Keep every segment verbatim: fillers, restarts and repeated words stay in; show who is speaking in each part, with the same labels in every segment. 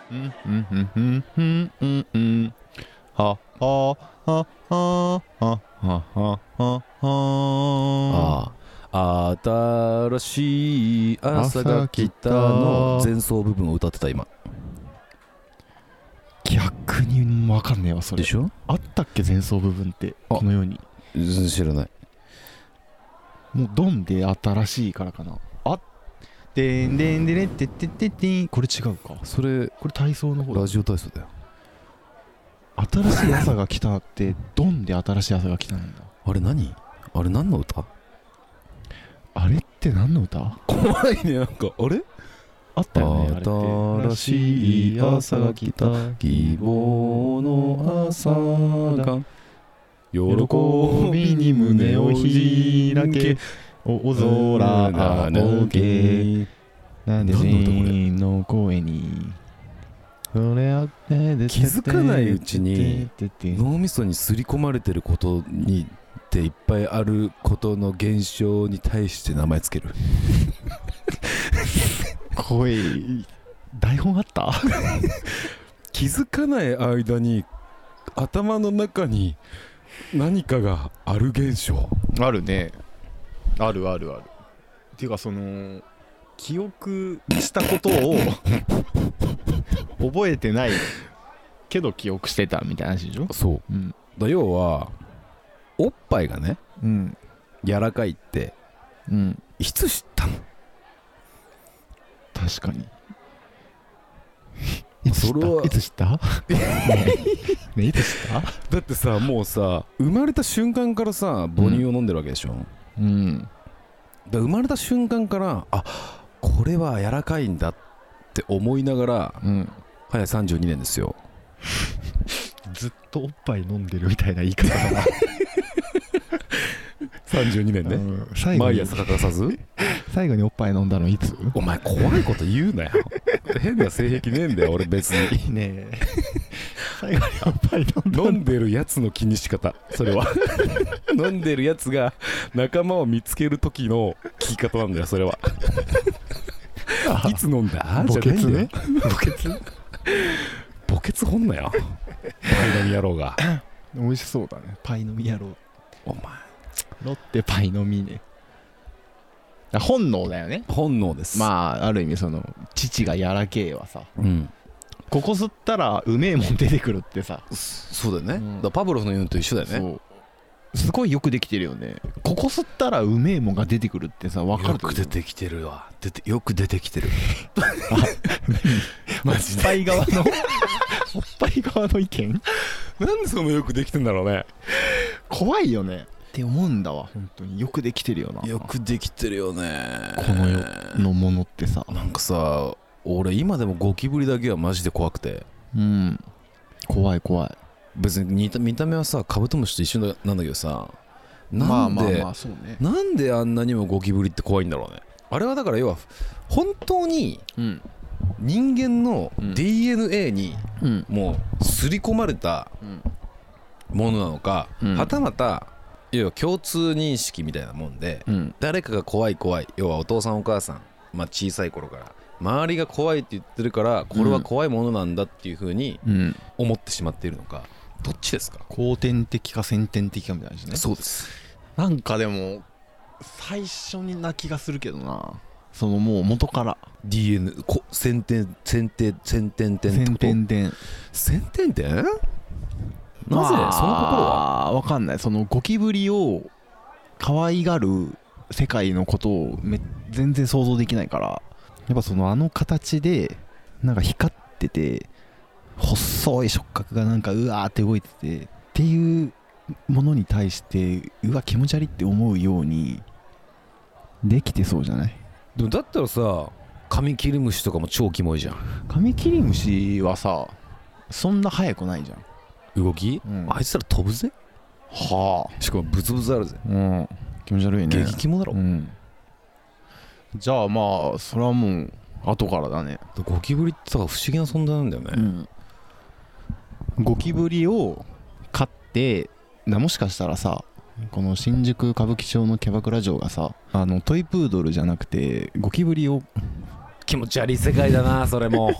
Speaker 1: うんうんうんうんうんうんうんはははははははは
Speaker 2: ああ、新しい朝が来たの前奏部分を歌ってた今
Speaker 1: 逆に分かんねえわそれ。
Speaker 2: でしょ。
Speaker 1: あったっけ前奏部分って
Speaker 2: あ
Speaker 1: この世に。
Speaker 2: 全然知らない。
Speaker 1: もうドンで新しいからかな。あでんでんでれってってってってん。これ違うか。
Speaker 2: それ
Speaker 1: これ体操の方だ。
Speaker 2: ラジオ体操だよ。
Speaker 1: 新しい朝が来たってドンで新しい朝が来たんだ。
Speaker 2: あれ何あれ何の歌。
Speaker 1: あれって何の歌。
Speaker 2: 怖いね。なんかあれ
Speaker 1: あったよねあれって。
Speaker 2: 新しい朝が来た希望の朝が喜びに胸を開け
Speaker 1: お空仰げなんで人の声に気
Speaker 2: づかないうちに脳みそに刷り込まれてることにっていっぱいあることの現象に対して名前つける。
Speaker 1: 声台本あった
Speaker 2: 気づかない間に頭の中に何かがある現象。
Speaker 1: あるね。あるあるある。っていうかその記憶したことを覚えてないけど記憶してたみたいな話でしょ。
Speaker 2: そう、うん、だ要はおっぱいがね、うん、柔らかいって、うん、いつ知ったの。
Speaker 1: 確かに。
Speaker 2: それはい
Speaker 1: つ知ったねえいつ知った。
Speaker 2: だってさもうさ生まれた瞬間からさ母乳を飲んでるわけでしょ、うん、だ生まれた瞬間からあこれは柔らかいんだって思いながら、うん、早さんじゅうにねんですよ。
Speaker 1: ずっとおっぱい飲んでるみたいな言い方だな。
Speaker 2: さんじゅうにねんね、うん、毎朝欠かさず。
Speaker 1: 最後におっぱい飲んだのいつ。
Speaker 2: お前怖いこと言うなよ。変な性癖ねえんだよ俺別に。
Speaker 1: ねえ最後におっぱい飲んだ
Speaker 2: 飲んでるやつの気にし方それは。飲んでるやつが仲間を見つける時の聞き方なんだよそれは。いつ飲んだ
Speaker 1: 墓穴ね。
Speaker 2: 墓穴墓穴掘んなよパイの実野郎が。
Speaker 1: 美味しそうだねパイの実野郎。
Speaker 2: お前
Speaker 1: ロッテパイの実ね。本能だよね。
Speaker 2: 本能です。
Speaker 1: まあある意味その父がやらけえはさ、うん、ここ吸ったらうめえもん出てくるってさ。
Speaker 2: そうだよね、うん、だパブロフの言うのと一緒だよね。
Speaker 1: そうすごいよくできてるよね。ここ吸ったらうめえもんが出てくるってさ分かる。
Speaker 2: よく出てきてるわ。出てよく出てきてる。
Speaker 1: マジでおっぱい側のおっぱい側の意見。
Speaker 2: なんでそのよくできてんだろうね。
Speaker 1: 怖いよねって思うんだわ。本当によくできてるよな。
Speaker 2: よくできてるよね
Speaker 1: この世のものってさ。
Speaker 2: なんかさ俺今でもゴキブリだけはマジで怖くて。うん
Speaker 1: 怖い怖い。
Speaker 2: 別に見た、見た目はさカブトムシと一緒なんだけどさ、なんで、まあまあまあそうね、なんであんなにもゴキブリって怖いんだろうね。あれはだから要は本当に人間の ディーエヌエー にもう刷り込まれたものなのか、うん、はたまた要は共通認識みたいなもんで、うん、誰かが怖い怖い、要はお父さんお母さん、まあ、小さい頃から周りが怖いって言ってるからこれは怖いものなんだっていう風に思ってしまっているのか、どっちですか。
Speaker 1: 後天的か先天的かみたいなですね。
Speaker 2: そうです。
Speaker 1: なんかでも最初にな気がするけどな。そのもう元から
Speaker 2: ディーエヌエー こ先天先天先天点
Speaker 1: 先天点
Speaker 2: 先天点なぜ、まあ、その心は
Speaker 1: 分かんない。そのゴキブリを可愛がる世界のことをめ全然想像できないから、やっぱそのあの形でなんか光ってて細い触覚がなんかうわーって動いててっていうものに対してうわ気持ち悪いって思うようにできてそうじゃない。
Speaker 2: でもだったらさカミキリムシとかも超キモいじゃん。
Speaker 1: カミキリムシはさそんな速くないじゃん
Speaker 2: 動き、うん、あいつら飛ぶぜ。
Speaker 1: は
Speaker 2: あしかもブツブツあるぜ、
Speaker 1: うん、気持ち悪いね。
Speaker 2: 激キモだろ、うん、
Speaker 1: じゃあまあそれはもう後からだね。
Speaker 2: ゴキブリってさ不思議な存在なんだよね、
Speaker 1: うん、ゴキブリを飼ってもしかしたらさこの新宿歌舞伎町のキャバクラ嬢がさあのトイプードルじゃなくてゴキブリを
Speaker 2: 気持ち悪い世界だなそれも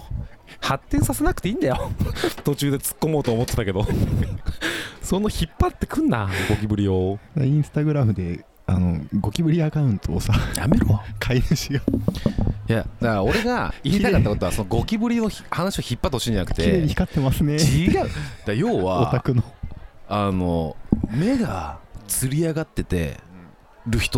Speaker 2: 発展させなくていいんだよ途中で突っ込もうと思ってたけどその引っ張ってくんなゴキブリを。
Speaker 1: インスタグラムであのゴキブリアカウントをさ
Speaker 2: やめろ
Speaker 1: 飼い主が
Speaker 2: いやだから俺が言いたかったことはそのゴキブリの話を引っ張ってほしいんじゃなくて
Speaker 1: 綺麗に光ってますね。
Speaker 2: 違うだ要は
Speaker 1: オタクの
Speaker 2: あの目がつり上がっててる人って、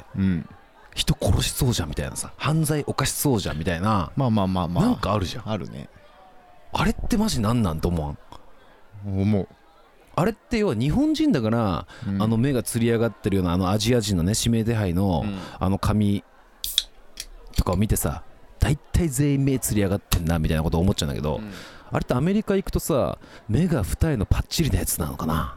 Speaker 2: うん、人殺しそうじゃんみたいなさ犯罪犯しそうじゃんみたいな
Speaker 1: まあまあまあまあ
Speaker 2: なんかあるじゃん。
Speaker 1: あるね。
Speaker 2: あれってマジなんなんと思わん？
Speaker 1: 思う。
Speaker 2: あれって要は日本人だから、うん、あの目がつり上がってるようなあのアジア人のね指名手配の、うん、あの髪とかを見てさ大体全員目つり上がってんなみたいなことを思っちゃうんだけど、うん、あれってアメリカ行くとさ目が二重のパッチリなやつなのかな。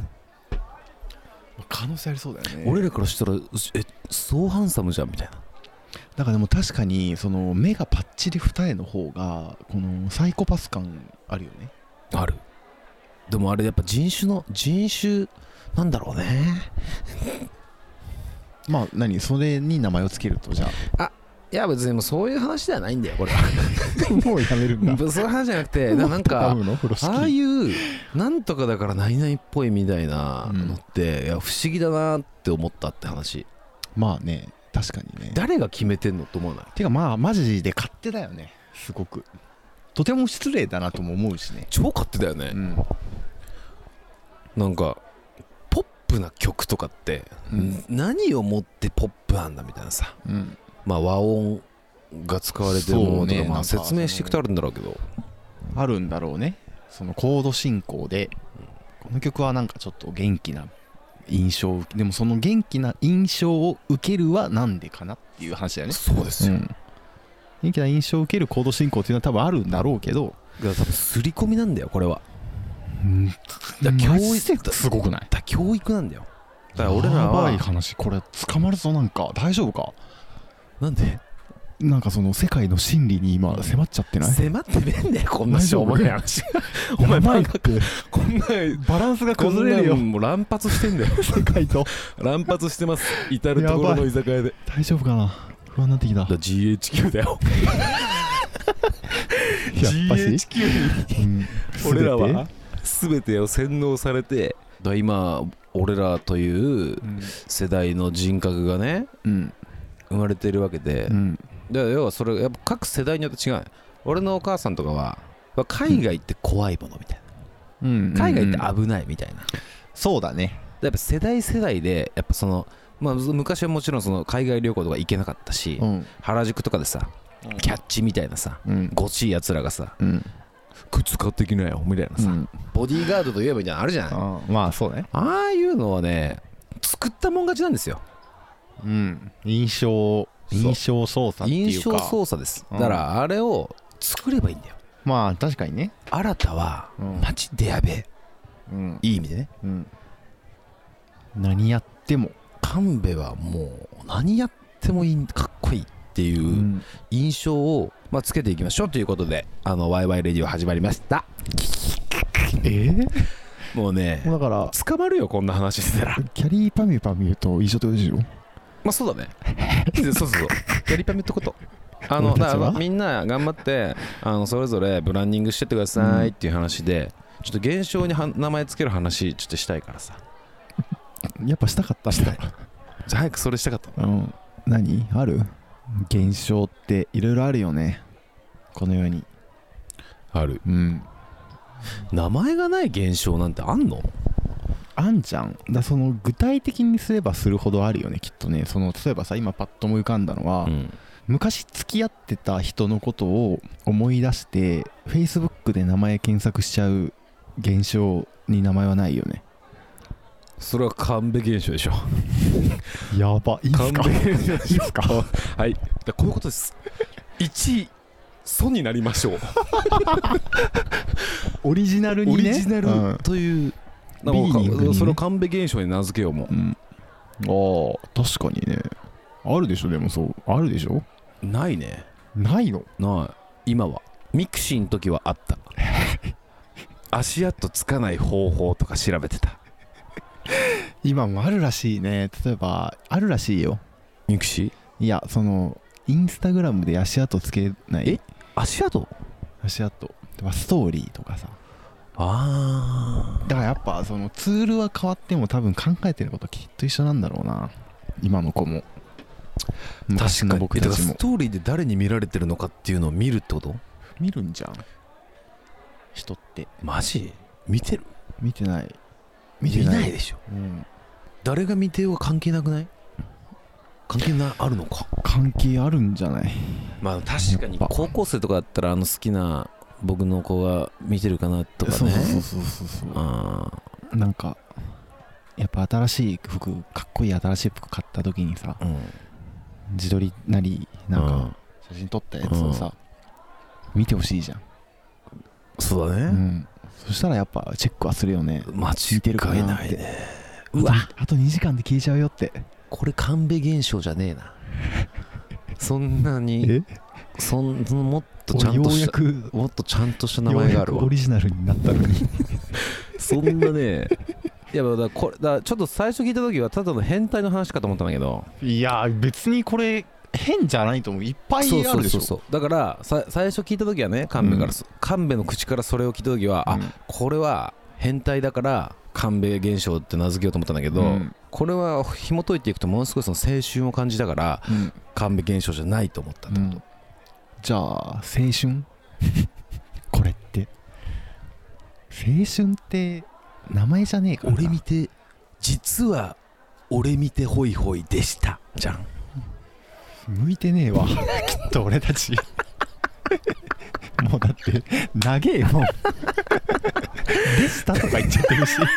Speaker 1: 可能性ありそうだよね。
Speaker 2: 俺らからしたらえそうハンサムじゃんみたいな。
Speaker 1: だからでも確かにその目がパッチリ二重の方がこのサイコパス感あるよね。
Speaker 2: ある。でもあれやっぱ人種の人種なんだろうね
Speaker 1: まあ何それに名前をつけるとじゃあ
Speaker 2: あいや別にもうそういう話ではないんだよこれは
Speaker 1: もうやめるんだ
Speaker 2: そういう話じゃなくてなんかああいうなんとかだから何々っぽいみたいなのって、うん、いや不思議だなって思ったって話。
Speaker 1: まあね確かにね。
Speaker 2: 誰が決めてんのと思わない？
Speaker 1: てかまあマジで勝手だよね。すごくとても失礼だなとも思うしね。
Speaker 2: 超勝手だよね、うん、なんかポップな曲とかって、うん、何をもってポップなんだみたいなさ、うん、まあ和音が使われてるものとか、ね、まあ説明していくとあるんだろうけど
Speaker 1: あるんだろうね。そのコード進行で、うん、この曲はなんかちょっと元気な印象でもその元気な印象を受けるはなんでかなっていう話だよね。
Speaker 2: そうですよ、うん、
Speaker 1: 元気な印象を受けるコード進行っていうのは多分あるんだろうけど
Speaker 2: だから多分刷り込みなんだよこれは。
Speaker 1: うんだ教育すごくない？
Speaker 2: だ教育なんだよ。だから俺らはや
Speaker 1: ばい話これ捕まるぞ。なんか大丈夫か？
Speaker 2: なんで？
Speaker 1: なんかその世界の真理に今迫っちゃってない？
Speaker 2: 迫ってねえんだよこんなしょうもない話お前前ってこんな
Speaker 1: バランスが崩れるよ。
Speaker 2: もう乱発してんだよ
Speaker 1: 世界と
Speaker 2: 乱発してます至る所の居酒屋で。
Speaker 1: 大丈夫かな？不安になってきた。
Speaker 2: だ ジーエイチキュー だよ
Speaker 1: ジーエイチキュ
Speaker 2: ー に、うん、俺らは全てを洗脳されてだ今俺らという世代の人格がね、うん、生まれてるわけで、うん、だから要はそれやっぱ各世代によって違う。俺のお母さんとかは海外って怖いものみたいな、うん、海外って危ないみたいな、うんうんうん、
Speaker 1: そうだね。
Speaker 2: やっぱ世代世代でやっぱその、まあ、昔はもちろんその海外旅行とか行けなかったし、うん、原宿とかでさキャッチみたいなさ、うん、ごちいやつらがさ、うん、靴買ってきなよみたいなさ、うん、ボディーガードといえばみたいなのあるじゃない。あ
Speaker 1: まあそうね。
Speaker 2: ああいうのはね作ったもん勝ちなんですよ。
Speaker 1: うん印象印象操作っていうか
Speaker 2: 印象操作です、うん、だからあれを作ればいいんだよ。
Speaker 1: まあ確かにね。
Speaker 2: 新たは、うん、マジでやべえ、うん、いい意味でね、うん、
Speaker 1: 何やっても
Speaker 2: 神戸はもう何やってもいいかっこいいっていう印象を、まあ、つけていきましょうということであのワイワイレディオ始まりました。
Speaker 1: えー、
Speaker 2: もうね
Speaker 1: だから
Speaker 2: 捕まるよこんな話してたら。
Speaker 1: キャリーパミュパミュと一緒ってことでしょ。
Speaker 2: まあそうだねそうそうそうキャリーパミュってことあのだからみんな頑張ってあのそれぞれブランディングしてってくださいっていう話で、うん、ちょっと現象には名前つける話ちょっとしたいからさ
Speaker 1: やっぱしたかった
Speaker 2: したい早くそれしたかった、うん、
Speaker 1: 何ある現象っていろいろあるよねこの世に。
Speaker 2: ある。うん名前がない現象なんてあんの？
Speaker 1: あんじゃん。だその具体的にすればするほどあるよねきっとね。その例えばさ今パッと思い浮かんだのは、うん、昔付き合ってた人のことを思い出して Facebook で名前検索しちゃう現象に名前はないよね。
Speaker 2: それは神戸現象でしょ
Speaker 1: やばいいっすか
Speaker 2: 神戸現象でしょはいだこういうことです。いちいソになりましょう
Speaker 1: オリジナルにね
Speaker 2: オリジナルという、うんね、それを神戸現象に名付けようもう、うん、
Speaker 1: ああ確かにねあるでしょ。でもそうあるでしょ。
Speaker 2: ないね。
Speaker 1: ないの？
Speaker 2: ない今はミクシーの時はあった足跡つかない方法とか調べてた
Speaker 1: 今もあるらしいね。例えばあるらしいよ
Speaker 2: ミクシー。
Speaker 1: いやそのインスタグラムで足跡つけない。
Speaker 2: え足跡
Speaker 1: 足跡ストーリーとかさ、
Speaker 2: あ
Speaker 1: だからやっぱそのツールは変わっても多分考えてることきっと一緒なんだろうな、今の子も昔の僕たちも。
Speaker 2: ストーリーで誰に見られてるのかっていうのを見るってこと？
Speaker 1: 見るんじゃん人って。
Speaker 2: マジ？見てる？
Speaker 1: 見てない。
Speaker 2: 見てないでしょ、うん、誰が見てようが関係なくない？関係なあるのか。
Speaker 1: 関係あるんじゃない？
Speaker 2: まあ確かに高校生とかだったらあの好きな僕の子が見てるかなとかね。
Speaker 1: そうそうそうそうそう。あなんかやっぱ新しい服、かっこいい新しい服買った時にさ、うん、自撮りなりなんか写真撮ったやつをさ、うん、見てほしいじゃん。
Speaker 2: そうだね、うん、
Speaker 1: そしたらやっぱチェックはするよね。
Speaker 2: 間違いないね。
Speaker 1: うわあとにじかんで消えちゃうよって。
Speaker 2: これ神戸現象じゃねえなそんなにそんもっとちゃんとしたもっとちゃんとした名前があるわ。
Speaker 1: オリジナルになったのに
Speaker 2: そんなね。いやだこれだちょっと最初聞いた時はただの変態の話かと思ったんだけど、
Speaker 1: いや別にこれ変じゃないと思う。いっぱいあるでしょ。そうそうそう。
Speaker 2: だからさ最初聞いた時はね、神戸から、うん、神戸の口からそれを聞いた時は、うん、あこれは変態だから神戸現象って名付けようと思ったんだけど、うん、これは紐解いていくとものすごいその青春を感じたから、うん、神戸現象じゃないと思ったってこと、うん、
Speaker 1: じゃあ青春これって青春って名前じゃねえかな。
Speaker 2: 俺見て実は俺見てホイホイでしたじゃん。
Speaker 1: 向いてねえわきっと俺たちもうだって長えよでしたとか言っちゃってるし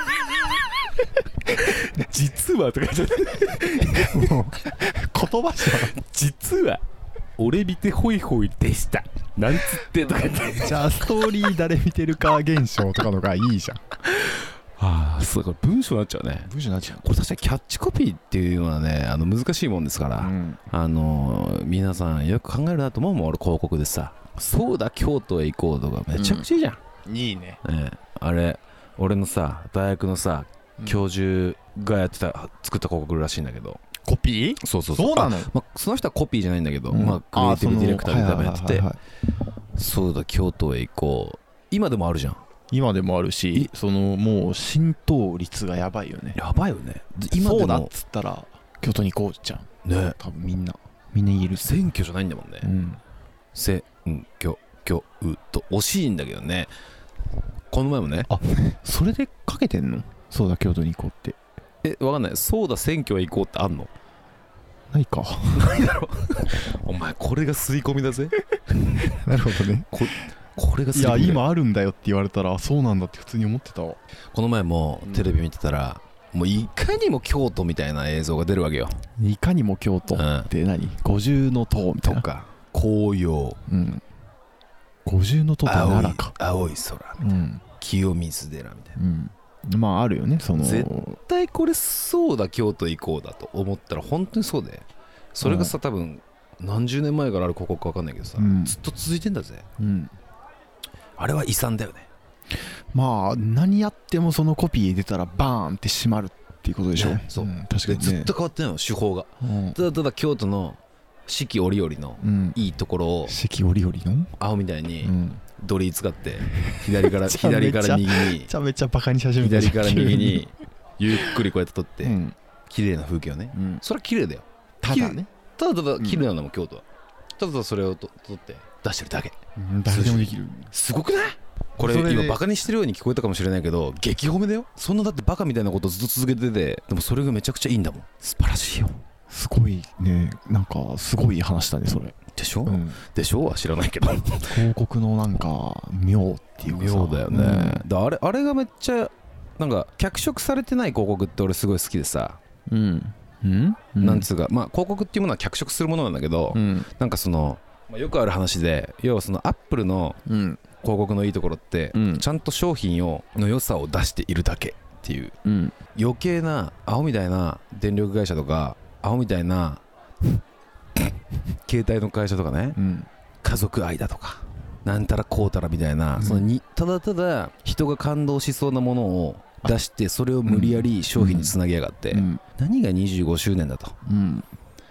Speaker 2: 実はとか言っちゃって
Speaker 1: もう言葉じゃ
Speaker 2: 実は俺見てホイホイでしたなんつってとか言って
Speaker 1: じゃあストーリー誰見てるか現象とかのがいいじゃん。
Speaker 2: ああ、そうか、文章になっちゃうね。
Speaker 1: 文章になっちゃう。
Speaker 2: これ確かにキャッチコピーっていうのはね、あの難しいもんですから、うん、あの皆さんよく考えるなと思うもん。俺広告でさ、そうだ京都へ行こうとかめちゃくちゃいいじゃん。
Speaker 1: うん、いいね。
Speaker 2: ねあれ俺のさ大学のさ教授がやってた作った広告らしいんだけど。
Speaker 1: コピー？
Speaker 2: そうそうそう。
Speaker 1: そうなの？
Speaker 2: まあ、その人はコピーじゃないんだけど、うん、まあクリエイティブディレクターで多分やってて、そうだ京都へ行こう。今でもあるじゃん。
Speaker 1: 今でもあるし、そのもう浸透率がやばいよね。
Speaker 2: やばいよね。
Speaker 1: 今でもそうだっつったら京都に行こうじゃんね。多分みんなみんな言える。
Speaker 2: 選挙じゃないんだもんね、うん、選挙挙うと惜しいんだけどね。この前もね、
Speaker 1: あそれでかけてんの？そうだ京都に行こうって。
Speaker 2: えわかんない。そうだ選挙へ行こうってあんの？
Speaker 1: ないか
Speaker 2: ないだろお前これが刷り込みだぜ
Speaker 1: なるほどね。
Speaker 2: ここれが
Speaker 1: いや今あるんだよって言われたらそうなんだって普通に思ってたわ。
Speaker 2: この前もテレビ見てたら、うん、もういかにも京都みたいな映像が出るわけよ。
Speaker 1: いかにも京都って何、うん、五重塔みたいな
Speaker 2: とか紅葉、
Speaker 1: うん、五重塔って奈良か。
Speaker 2: 青い空みたいな、うん、清水寺みたいな、
Speaker 1: うん、まああるよねその。
Speaker 2: 絶対これそうだ京都行こうだと思ったら本当にそうで、それがさ、うん、多分何十年前からある広告か分かんないけどさ、うん、ずっと続いてんだぜ、うん、あれは遺産だよね。
Speaker 1: まあ何やってもそのコピー出たらバーンって閉まるっていうことでしょ、ね、
Speaker 2: そう、うん、
Speaker 1: 確かに、ね、
Speaker 2: ずっと変わってないの手法が、うん、ただただ京都の四季折々のいいところを、うん、
Speaker 1: 四季折々の
Speaker 2: 青みたいにドリー使って左から左から右に
Speaker 1: めちゃめちゃバカにし始めた。
Speaker 2: 左から右にゆっくりこうやって撮って、うん、綺麗な風景をね、うん、それは綺麗だよ。
Speaker 1: ただね
Speaker 2: ただただ綺麗なんだもん、京都は。ただただそれをと撮って出してるだけ、
Speaker 1: うん、誰でもできる。
Speaker 2: すごくない？これ今バカにしてるように聞こえたかもしれないけど激褒めだよ。そんなだってバカみたいなことをずっと続けてて、でもそれがめちゃくちゃいいんだもん。素晴らしいよ。
Speaker 1: すごいね。なんかすごい話だねそれ。
Speaker 2: でしょ、うん、でしょは知らないけど
Speaker 1: 広告のなんか妙っていうかさ
Speaker 2: 妙だよね、うん、だあれあれがめっちゃなんか脚色されてない広告って俺すごい好きでさ、
Speaker 1: うんうん、
Speaker 2: なんつうか、まあ広告っていうものは脚色するものなんだけど、うん、なんかその、まあ、よくある話で、要はそのアップルの広告のいいところって、うん、ちゃんと商品をの良さを出しているだけっていう、うん、余計なアホみたいな電力会社とかアホみたいな携帯の会社とかね、うん、家族愛だとかなんたらこうたらみたいな、うん、そのにただただ人が感動しそうなものを出してそれを無理やり商品につなぎやがって、うん、何がにじゅうごしゅうねんだと、うん、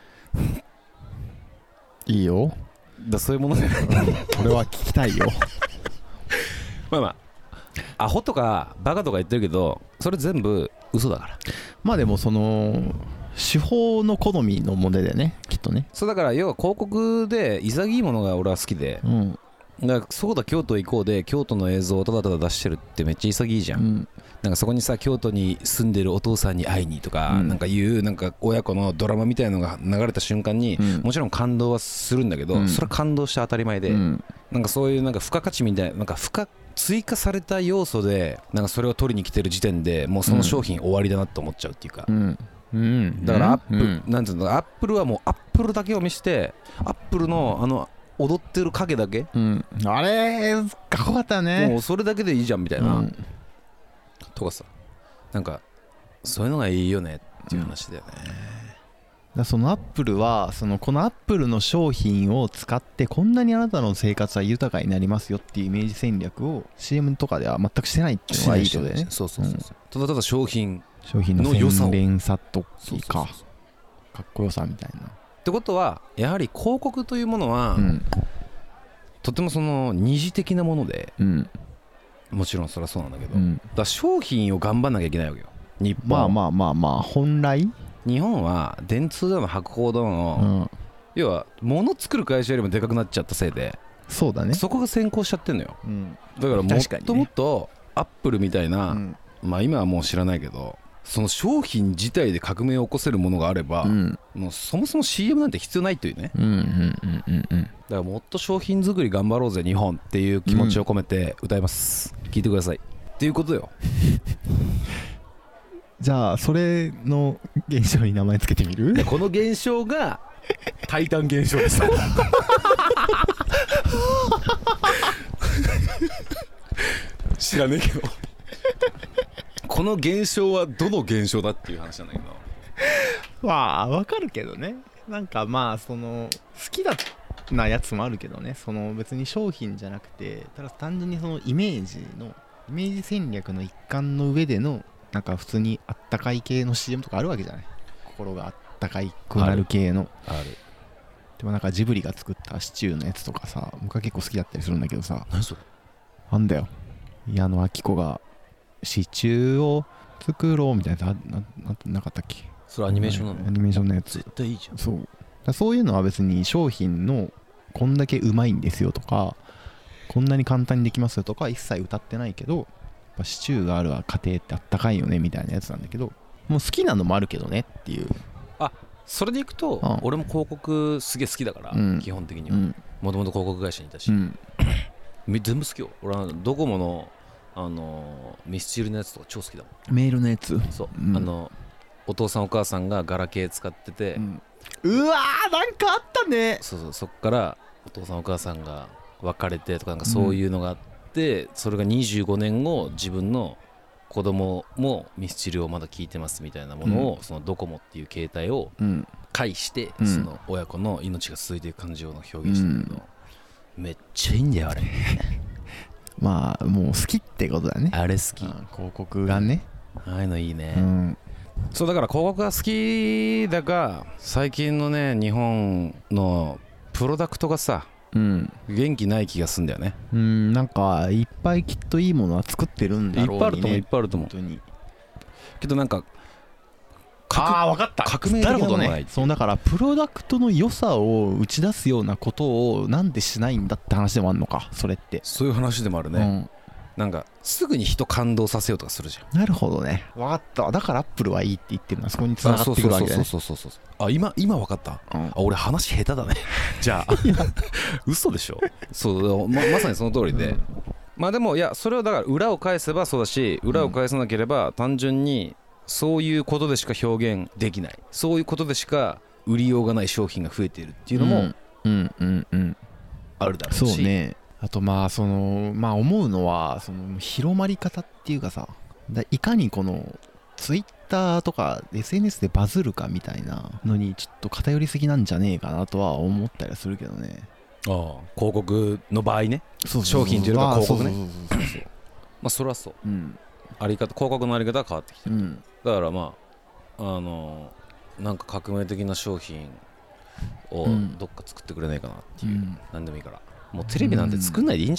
Speaker 1: いいよ
Speaker 2: だそういうもので
Speaker 1: 俺は聞きたいよ
Speaker 2: まあまあアホとかバカとか言ってるけどそれ全部嘘だから。
Speaker 1: まあでもその手法の好みの問題だよねきっとね。
Speaker 2: そうだから要は広告で潔いものが俺は好きで、うん、だからそうだ京都行こうで京都の映像をただただ出してるってめっちゃ潔いじゃん、うん、なんかそこにさ京都に住んでるお父さんに会いにとか、うん、なんかいうなんか親子のドラマみたいなのが流れた瞬間に、うん、もちろん感動はするんだけど、うん、それは感動して当たり前で、うん、なんかそういうなんか付加価値みたいななんか付加追加された要素でなんかそれを取りに来てる時点でもうその商品終わりだなと思っちゃうっていうか、うんうん、だからアップル、うん、なんていうのアップルはもうアップルだけを見せてアップルのあの踊ってる影だけ、
Speaker 1: うん、あれかっこよかったね。
Speaker 2: もうそれだけでいいじゃんみたいな、うん、とかさなんかそういうのがいいよねっていう話だよね、うん、
Speaker 1: だそのアップルはそのこのアップルの商品を使ってこんなにあなたの生活は豊かになりますよっていうイメージ戦略を シーエム とかでは全くしてないっていうのがいいことだよね。
Speaker 2: そうそうそうそう、うん、ただただ商品
Speaker 1: 商品の洗練さとかかっこよさみたいな。
Speaker 2: ってことはやはり広告というものは、うん、とてもその二次的なもので、うん、もちろんそりゃそうなんだけど、うん、だから商品を頑張んなきゃいけないわけよ日本。
Speaker 1: まあまあまあまあ本来
Speaker 2: 日本は電通だの博報だの、うん、要は物作る会社よりもでかくなっちゃったせいで
Speaker 1: そうだね
Speaker 2: そこが先行しちゃってんのよ、うん、だからもっともっとアップルみたいな、うん、まあ今はもう知らないけどその商品自体で革命を起こせるものがあれば、うん、もうそもそも シーエム なんて必要ないというね、うんうんうんうんうん、だからもっと商品作り頑張ろうぜ日本っていう気持ちを込めて歌います、うん、聞いてくださいっていうことよ
Speaker 1: じゃあそれの現象に名前つけてみる？
Speaker 2: この現象がタイタン現象です知らねえけどこの現象はどの現象だっていう話なんだけど
Speaker 1: まあわかるけどね。なんかまあその好きだなやつもあるけどね。その別に商品じゃなくてただ単純にそのイメージのイメージ戦略の一環の上でのなんか普通にあったかい系の シーエム とかあるわけじゃない。心があったかいくなる系の
Speaker 2: ある。ある
Speaker 1: でもなんかジブリが作ったシチューのやつとかさ僕は結構好きだったりするんだけどさ。
Speaker 2: 何それ
Speaker 1: なんだよ矢野顕子がシチューを作ろうみたいな な, な, なかったっけ。
Speaker 2: それアニメーションなの？
Speaker 1: アニメーションのやつ
Speaker 2: 絶対いいじゃん。
Speaker 1: そうだそういうのは別に商品のこんだけうまいんですよとかこんなに簡単にできますよとか一切歌ってないけどシチューがある家庭ってあったかいよねみたいなやつなんだけどもう好きなのもあるけどねっていう。
Speaker 2: あそれでいくと、うん、俺も広告すげえ好きだから、うん、基本的にはもともと広告会社にいたし、うん、全部好きよ。俺はドコモのあのミスチルのやつとか超好きだも
Speaker 1: ん。メールのやつ
Speaker 2: そう、うん、あのお父さんお母さんがガラケー使ってて、うん、
Speaker 1: うわーなんかあったね。
Speaker 2: そうそうそっからお父さんお母さんが別れてとかなんかそういうのがあって、うん、それがにじゅうごねんご自分の子供もミスチルをまだ聴いてますみたいなものを、うん、そのドコモっていう携帯を介して、うん、その親子の命が続いていく感情の表現してるけど、うん、めっちゃいいんだよあれ
Speaker 1: まあもう好きってことだね。
Speaker 2: あれ好き。
Speaker 1: 広告がね
Speaker 2: ああいうのいいね、うん、そうだから広告が好きだが最近のね日本のプロダクトがさうん、元気ない気がすんだよね。
Speaker 1: うんなんかいっぱいきっといいものは作ってるんだろうに、ね、
Speaker 2: いっぱいあると思ういっぱいあると思う本当にけどなんか
Speaker 1: ああ分かった
Speaker 2: 革命的なものがない、
Speaker 1: ね、そうだからプロダクトの良さを打ち出すようなことをなんでしないんだって話でもあるのかそれって。
Speaker 2: そういう話でもあるね、うん、なんかすぐに人感動させようとかするじゃん。
Speaker 1: なるほどね分かった。だからアップルはいいって言ってるのはそこに繋がってくるわけだね。
Speaker 2: そうそうそうそうそうあ今今分かった、うん、あ俺話下手だねじゃあ嘘でしょ。そう ま, まさにその通りで、うん、まあでもいやそれをだから裏を返せばそうだし裏を返さなければ単純にそういうことでしか表現できないそういうことでしか売りようがない商品が増えているっていうのもうんうんうんあるだろうし、
Speaker 1: そうね。あとまあそのまあ思うのはその広まり方っていうかさだいかにこのツイッターとか エスエヌエス でバズるかみたいなのにちょっと偏りすぎなんじゃねえかなとは思ったりするけどね。
Speaker 2: ああ広告の場合ね。そうそうそう商品というか広告ね。まあそれはそう、うん、あり方広告のあり方は変わってきてる、うん、だからまああのー、なんか革命的な商品をどっか作ってくれないかなっていう、うん、何でもいいからもうテレビなんて作んないでいいんじゃん、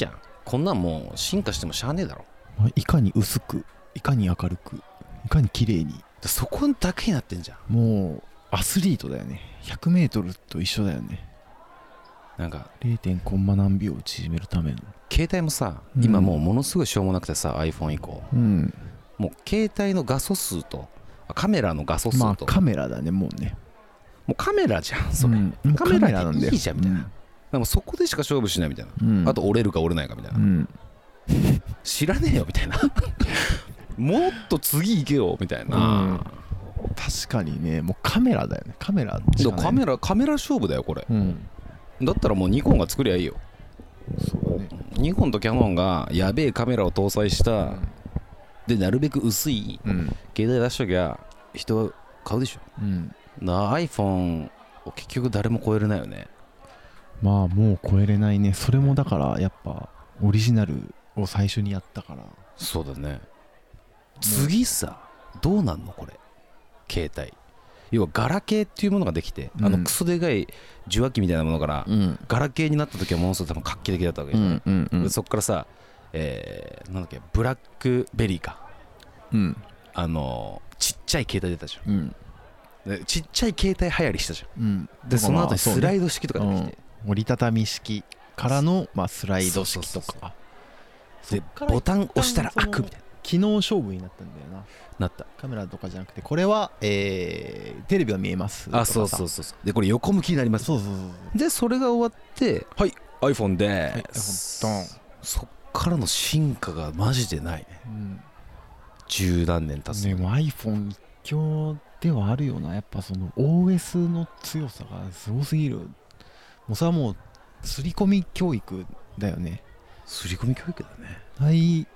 Speaker 2: こんなんもう進化してもしゃあねえだろ。
Speaker 1: いかに薄く、いかに明るく、いかに綺麗に、
Speaker 2: そこだけになってんじゃん。
Speaker 1: もうアスリートだよね。ひゃくメートルと一緒だよね。
Speaker 2: なんか
Speaker 1: れいてん コンマ何秒を縮めるための。
Speaker 2: 携帯もさ、うん、今もうものすごいしょうもなくてさ iPhone 以降、うん、もう携帯の画素数とカメラの画素数と、まあ
Speaker 1: カメラだね、もうね、
Speaker 2: もうカメラじゃんそれ、うん、カメラなんでいいじゃんみたいな、うん、でもそこでしか勝負しないみたいな、うん、あと折れるか折れないかみたいな、うん、知らねえよみたいなもっと次行けよみたいな、うん、
Speaker 1: 確かにね、もうカメラだよね、カメラしかない、
Speaker 2: カメラカメラ勝負だよこれ、うん、だったらもうニコンが作りゃいいよ。
Speaker 1: そうだね、
Speaker 2: ニコンとキヤノンがやべえカメラを搭載した、うん、でなるべく薄い、うん、携帯出しときゃ人は買うでしょ、うん、な iPhone を結局誰も超えれないよね。
Speaker 1: まあもう超えれないね。それもだからやっぱオリジナルを最初にやったから。
Speaker 2: そうだね。次さどうなんのこれ携帯、要はガラケーっていうものができて、うん、あのクソでかい受話器みたいなものから、うん、ガラケーになった時はものすごい多分画期的だったわけじゃない、うんうんうん、でそっからさ、えー、なんだっけブラックベリーか、うん、あのちっちゃい携帯出たじゃん、うん、でちっちゃい携帯流行りしたじゃん、うん、でその後にスライド式とか出てきて、
Speaker 1: うん、折りたたみ式からの、まあ、スライド式とか
Speaker 2: でボタン押したら開くみたいな
Speaker 1: 機能勝負になったんだよな。
Speaker 2: なった。
Speaker 1: カメラとかじゃなくてこれは、えー、テレビが見えますとかさ。
Speaker 2: あ、そうそうそうそう。でこれ横向きになります。
Speaker 1: そうそうそう。
Speaker 2: でそれが終わってはい iPhone で、はい、
Speaker 1: iPhone ドン。
Speaker 2: そっからの進化がマジでないね、うん、十何年経つ
Speaker 1: でも iPhone 一強ではあるよな。やっぱその オーエス の強さがすごすぎる。もうそれはもう刷り込み教育だよね。
Speaker 2: 刷り込み教育だね。
Speaker 1: はい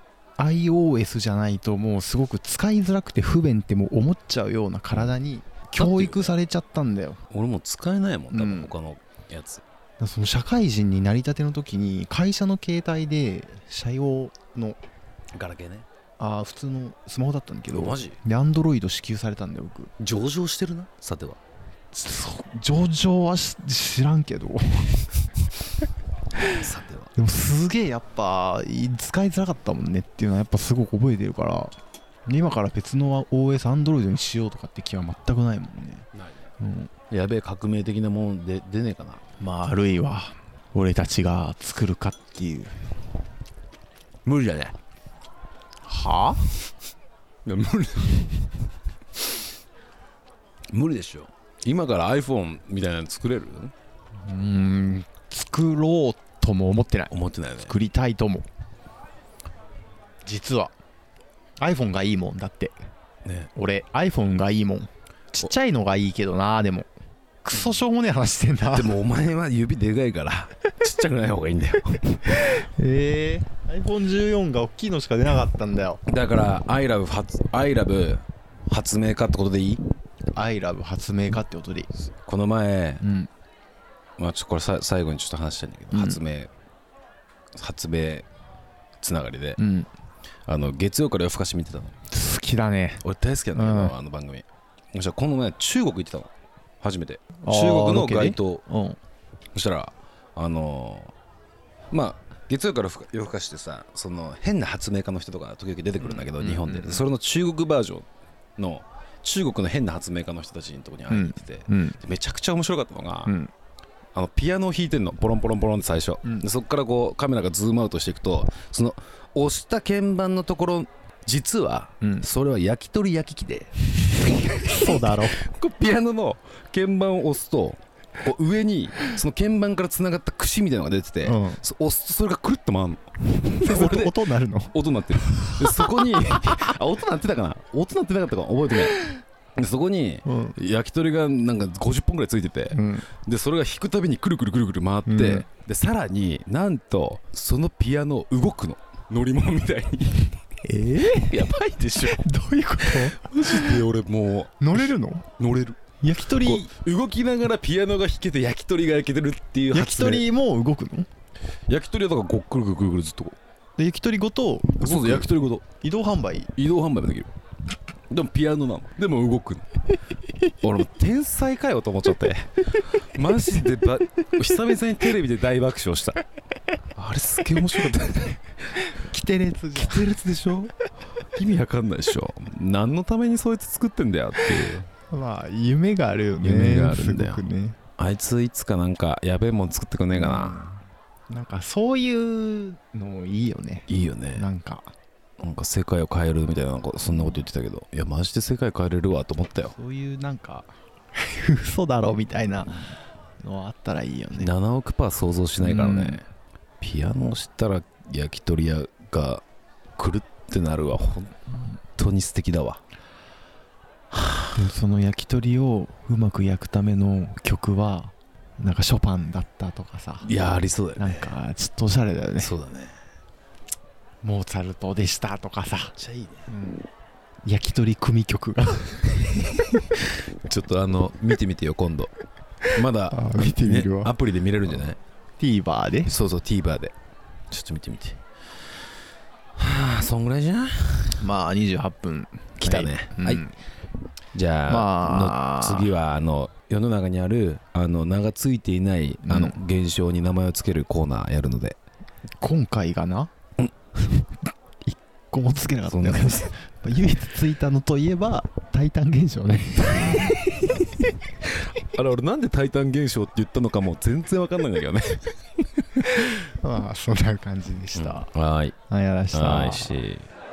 Speaker 1: 。iOS じゃないともうすごく使いづらくて不便ってもう思っちゃうような体に教育されちゃったんだよ。
Speaker 2: 俺も使えないもん多分他のやつ、
Speaker 1: うん、その社会人になりたての時に会社の携帯で社用の
Speaker 2: ガラケーね、
Speaker 1: あ普通のスマホだったんだけど、
Speaker 2: マジ
Speaker 1: で Android 支給されたんだよ僕。
Speaker 2: 上場してるなさては。
Speaker 1: 上場は知らんけど
Speaker 2: さては
Speaker 1: でもすげえやっぱ使いづらかったもんねっていうのはやっぱすごく覚えてるから、今から別の オーエス Android にしようとかって気は全くないもんね。ない
Speaker 2: ね、うん、やべえ革命的なもんで出ねえかな。
Speaker 1: まああるいは俺たちが作るかっていう。
Speaker 2: 無理だね。
Speaker 1: はあ
Speaker 2: いや無理無理でしょ。今から iPhone みたいなの作れる？
Speaker 1: うーん作ろうとも思ってない。
Speaker 2: 思ってないよね。
Speaker 1: 作りたいとも。実は iPhone がいいもんだって、ね、俺 iPhone がいいもん。ちっちゃいのがいいけどな。でもクソしょうもねえ話してんだ。
Speaker 2: でもお前は指でかいからちっちゃくない方がいいんだよ
Speaker 1: えー、アイフォンじゅうよん が大きいのしか出なかったんだよ。
Speaker 2: だから iLove 発 iLove 発明家ってことでいい？
Speaker 1: iLove 発明家ってことでいい。
Speaker 2: この前、うん、まあちょっとこれさ最後にちょっと話したいんだけど、うん、発明発明つながりで、うん、あの月曜から夜更かし見てたの。
Speaker 1: 好きだね。
Speaker 2: 俺大好きなんだけど、うん、あの番組。そしたらこの前中国行ってたの初めて。中国の街頭、うん、そしたらあのー、まあ月曜から夜更かしてさ、その変な発明家の人とか時々出てくるんだけど、うん、日本で、うん、それの中国バージョンの中国の変な発明家の人たちのところに会いに行ってて、うん、めちゃくちゃ面白かったのが、うん、あのピアノを弾いてんのポロンポロンポロンって最初、うん、でそこからこうカメラがズームアウトしていくと、その押した鍵盤のところ実はそれは焼き鳥焼き器で、
Speaker 1: うん、そうだろ
Speaker 2: こピアノの鍵盤を押すと上にその鍵盤からつながった串みたいなのが出てて、うん、そ押すとそれがくるっと回るの
Speaker 1: それで音鳴るの
Speaker 2: 音鳴ってるでそこにあ音鳴ってたかな音鳴ってなかったか覚えてないでそこに焼き鳥がなんかごじゅっぽんぐらいついてて、うん、でそれが弾くたびにくるくるくるくる回って、うん、でさらになんとそのピアノ動くの乗り物みたいに
Speaker 1: えー、
Speaker 2: やばいでしょ
Speaker 1: どういうこと
Speaker 2: マジで俺も
Speaker 1: う乗れるの
Speaker 2: 乗れる
Speaker 1: 焼き鳥
Speaker 2: 動きながらピアノが弾けて焼き鳥が焼けてるっていう
Speaker 1: 焼き鳥も動くの？
Speaker 2: 焼き鳥はだからごっくるくるくるくるずっとこ
Speaker 1: うで焼き鳥ごと
Speaker 2: そうそう焼き鳥ごと
Speaker 1: 移動販売
Speaker 2: 移動販売もできる。でもピアノなのでも動くの俺も天才かよと思っちゃってマジでば久々にテレビで大爆笑した。 あれすげえ面白かった
Speaker 1: キテレツじゃん。
Speaker 2: キテレツでしょ。意味わかんないでしょ。何のためにそいつ作ってんだよっていう。
Speaker 1: まあ夢があるよね。
Speaker 2: 夢があるんだよ、
Speaker 1: すごくね。
Speaker 2: あいついつかなんかやべえもん作ってくんねえかな、
Speaker 1: うん、なんかそういうのいいよね。
Speaker 2: いいよね。
Speaker 1: なんか
Speaker 2: なんか世界を変えるみたいな、なんかそんなこと言ってたけど、いやマジで世界変えれるわと思ったよ。
Speaker 1: そういうなんか嘘だろみたいなのあったらいいよね。
Speaker 2: ななおくパー想像しないからね、うん、ピアノを知ったら焼き鳥屋が来るってなるわ。本当に素敵だわ。
Speaker 1: その焼き鳥をうまく焼くための曲はなんかショパンだったとかさ。
Speaker 2: いやありそうだよね。
Speaker 1: なんかちょっとおしゃれだよね。
Speaker 2: そうだね。
Speaker 1: モーツァルトでしたとかさ。め
Speaker 2: っちゃいいね、
Speaker 1: うん、焼き鳥組曲が
Speaker 2: ちょっとあの見てみてよ今度。まだ
Speaker 1: 見てみるわ、
Speaker 2: ね、アプリで見れるんじゃない？
Speaker 1: TVer で。
Speaker 2: そうそう TVer でちょっと見てみて。はあそんぐらいじゃん。
Speaker 1: まあにじゅうはっぷん
Speaker 2: 来たね、はい、うん、じゃあ、まあ、の次はあの世の中にあるあの名がついていないあの現象に名前をつけるコーナーやるので、
Speaker 1: 今回がな、うん、一個もつけなかったよね。唯一ついたのといえばタイタン現象ね。
Speaker 2: あれ俺なんでタイタン現象って言ったのかも全然わかんないんだけどね。
Speaker 1: まあそんな感じでした、
Speaker 2: うん、はい
Speaker 1: はい、やらした
Speaker 2: はいし